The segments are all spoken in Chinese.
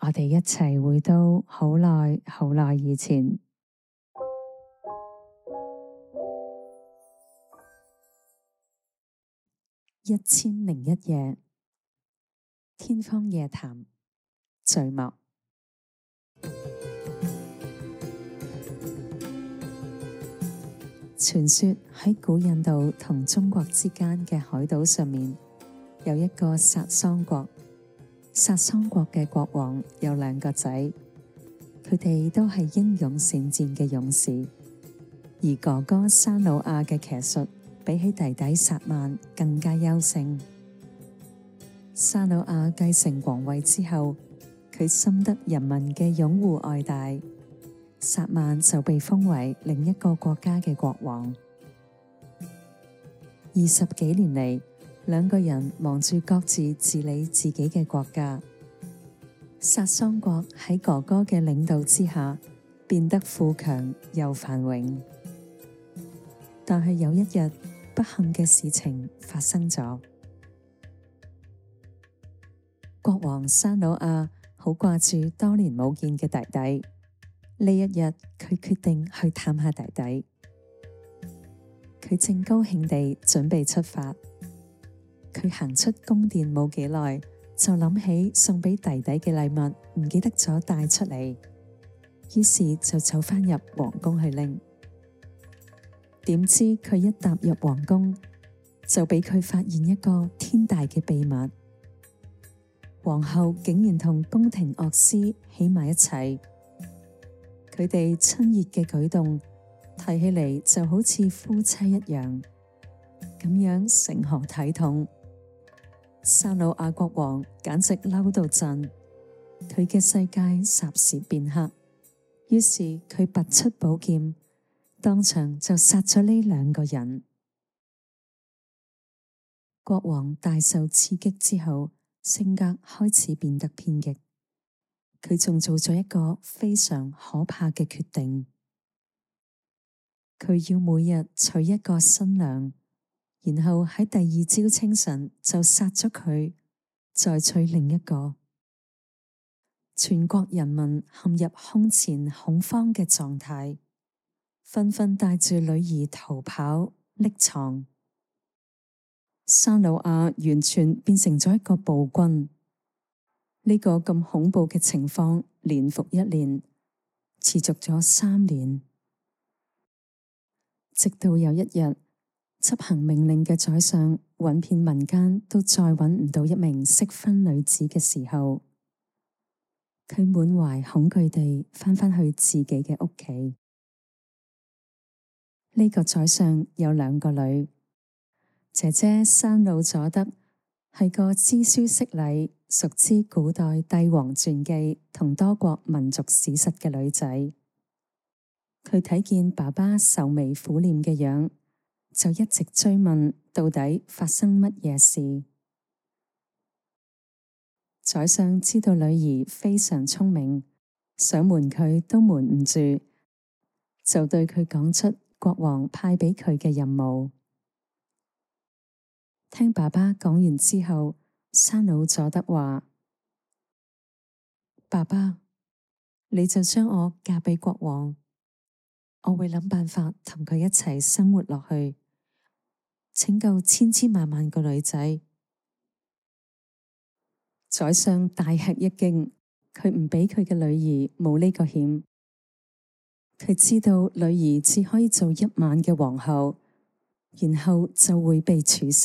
我哋一齊回到好耐好耐以前。1001夜，天方夜譚，序幕。傳說喺古印度同中國之間嘅海島上面，有一個薩桑國。薩桑國嘅國王有2個仔，佢哋都係英勇善戰嘅勇士。而哥哥沙努亞嘅騎術比起弟弟薩曼更加優勝。沙努亞繼承皇位之後，佢深得人民嘅擁護愛戴。薩曼就被封為另一個國家嘅國王。20幾年嚟，2個人忙住各自治理自己嘅國家。薩桑國喺哥哥嘅領導之下，變得富強又繁榮。但係有一日，不幸嘅事情發生咗。國王沙努亞好掛住多年冇見嘅弟弟。呢一日，佢決定去探下弟弟。佢正高興地準備出發。佢行出宮殿冇幾耐，就諗起送俾弟弟嘅禮物唔記得咗帶出嚟，於是就走返入皇宮去拎。點知佢一踏入皇宮，就俾佢發現一個天大嘅秘密。皇后竟然同宮廷樂師喺埋一齊，佢哋親熱嘅舉動睇起嚟就好似夫妻一樣，咁樣成何體統？沙努亞國王簡直嬲到震，佢嘅世界霎時變黑。於是佢拔出寶劍，當場就殺咗呢2個人。國王大受刺激之後，性格開始變得偏激。佢仲做咗一個非常可怕嘅決定，佢要每日娶一個新娘，然後喺第2朝清晨就殺咗佢，再娶另一個。全國人民陷入空前恐慌嘅狀態，紛紛帶住女兒逃跑匿藏。沙努亞完全變成咗一個暴君。呢個咁恐怖嘅情況年復一年，持續咗3年，直到有一日，執行命令嘅宰相揾遍民間都再揾唔到一名適婚女子嘅時候，佢滿懷恐懼地返去自己嘅屋企。呢個宰相有2個女，姐姐山魯佐德係個知書識禮、熟知古代帝王傳記同多國民族史實嘅女仔。佢睇見爸爸愁眉苦臉嘅樣，就一直追問到底發生乜嘢事。宰相知道女兒非常聰明，想瞞佢都瞞唔住，就對佢講出國王派俾佢嘅任務。聽爸爸講完之後，沙魯佐德話：爸爸，你就將我嫁俾國王，我會諗辦法同佢一齊生活落去，拯救千千萬萬個女仔。宰相大吃一驚，佢唔俾佢嘅女兒冒呢個險。佢知道女兒只可以做1晚嘅皇后，然後就會被處死。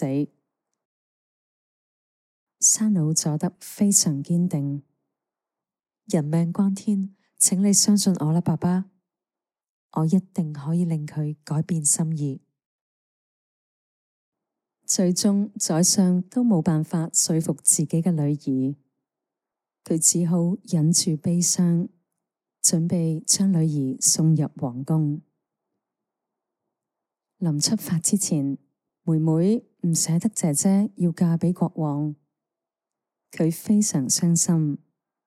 沙魯佐德非常堅定，人命關天，請你相信我啦，爸爸，我一定可以令佢改變心意。最終，宰相都冇辦法說服自己嘅女兒，佢只好忍住悲傷，準備將女兒送入皇宮。臨出發之前，妹妹唔捨得姐姐要嫁俾國王，佢非常傷心。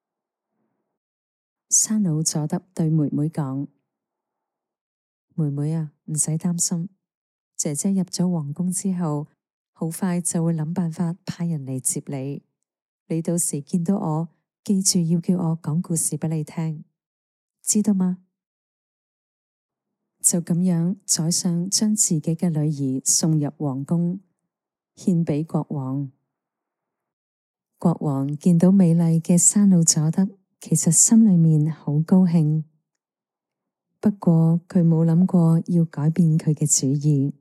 沙魯佐德對妹妹講：妹妹啊，唔使擔心，姐姐入咗皇宮之後，好快就會諗辦法派人嚟接你。你到時見到我， 記住要叫我講故事俾你聽，知道嗎？就咁樣，宰相將自己嘅女兒送入皇宮，獻俾國王。國王見到美麗嘅沙魯佐德，其實心裏面好高興，不過佢冇諗過要改變佢嘅主意。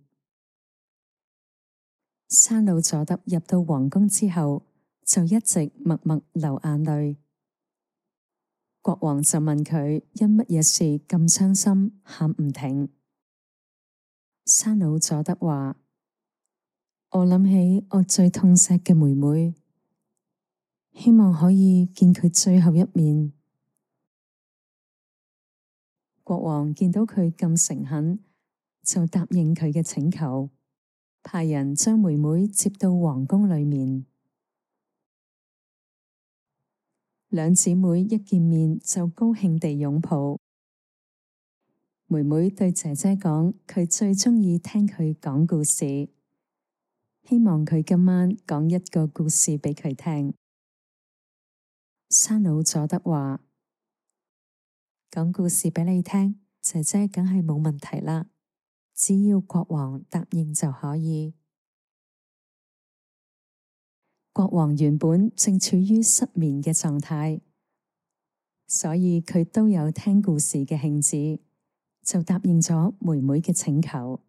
沙魯佐德入到皇宮之後，就一直默默流眼淚。國王就問佢因乜嘢事咁傷心，喊唔停。沙魯佐德話：我諗起我最痛錫嘅妹妹，希望可以見佢最後一面。國王見到佢咁誠懇，就答應佢嘅請求，派人將妹妹接到皇宮裏面。兩姊妹一見面就高興地擁抱。妹妹對姐姐講，佢最鍾意聽佢講故事，希望佢今晚講一個故事俾佢聽。沙魯佐德話：講故事俾你聽，姐姐梗係冇問題啦，只要國王答應就可以。國王原本正處於失眠嘅狀態，所以佢都有聽故事嘅興致，就答應咗妹妹嘅請求。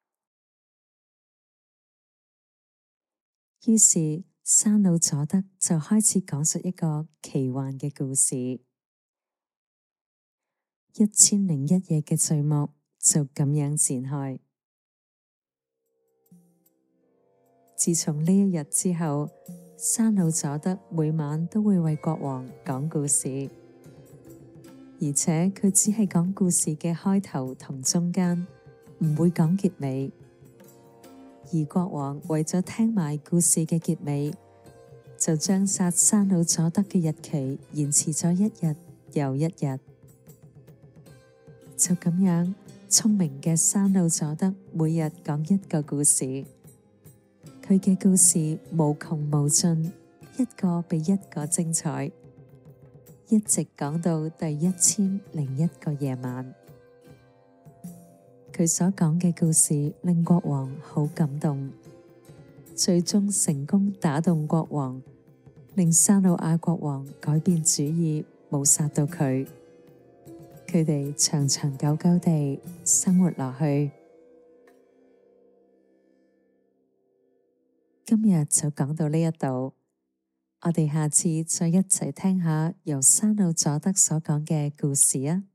於是沙魯佐德就開始講述一個奇幻嘅故事。1001夜嘅序幕就咁樣展開。自從呢一日之後，沙魯佐德每晚都會為國王講故事，而且佢只係講故事嘅開頭同中間，唔會講結尾。而國王為咗聽埋故事嘅結尾，就將殺沙魯佐德嘅日期延遲咗一日又一日。就咁樣，聰明嘅沙魯佐德每日講一個故事，佢嘅故事無窮無盡，一個比一個精彩，一直講到第1001個夜晚。佢所講嘅故事令國王好感動，最終成功打動國王，令沙魯亞國王改變主意，冇殺到佢。佢哋長長久久地生活落去。今日就講到呢一度，我哋下次再一齊聽下由沙魯佐德所講嘅故事啊！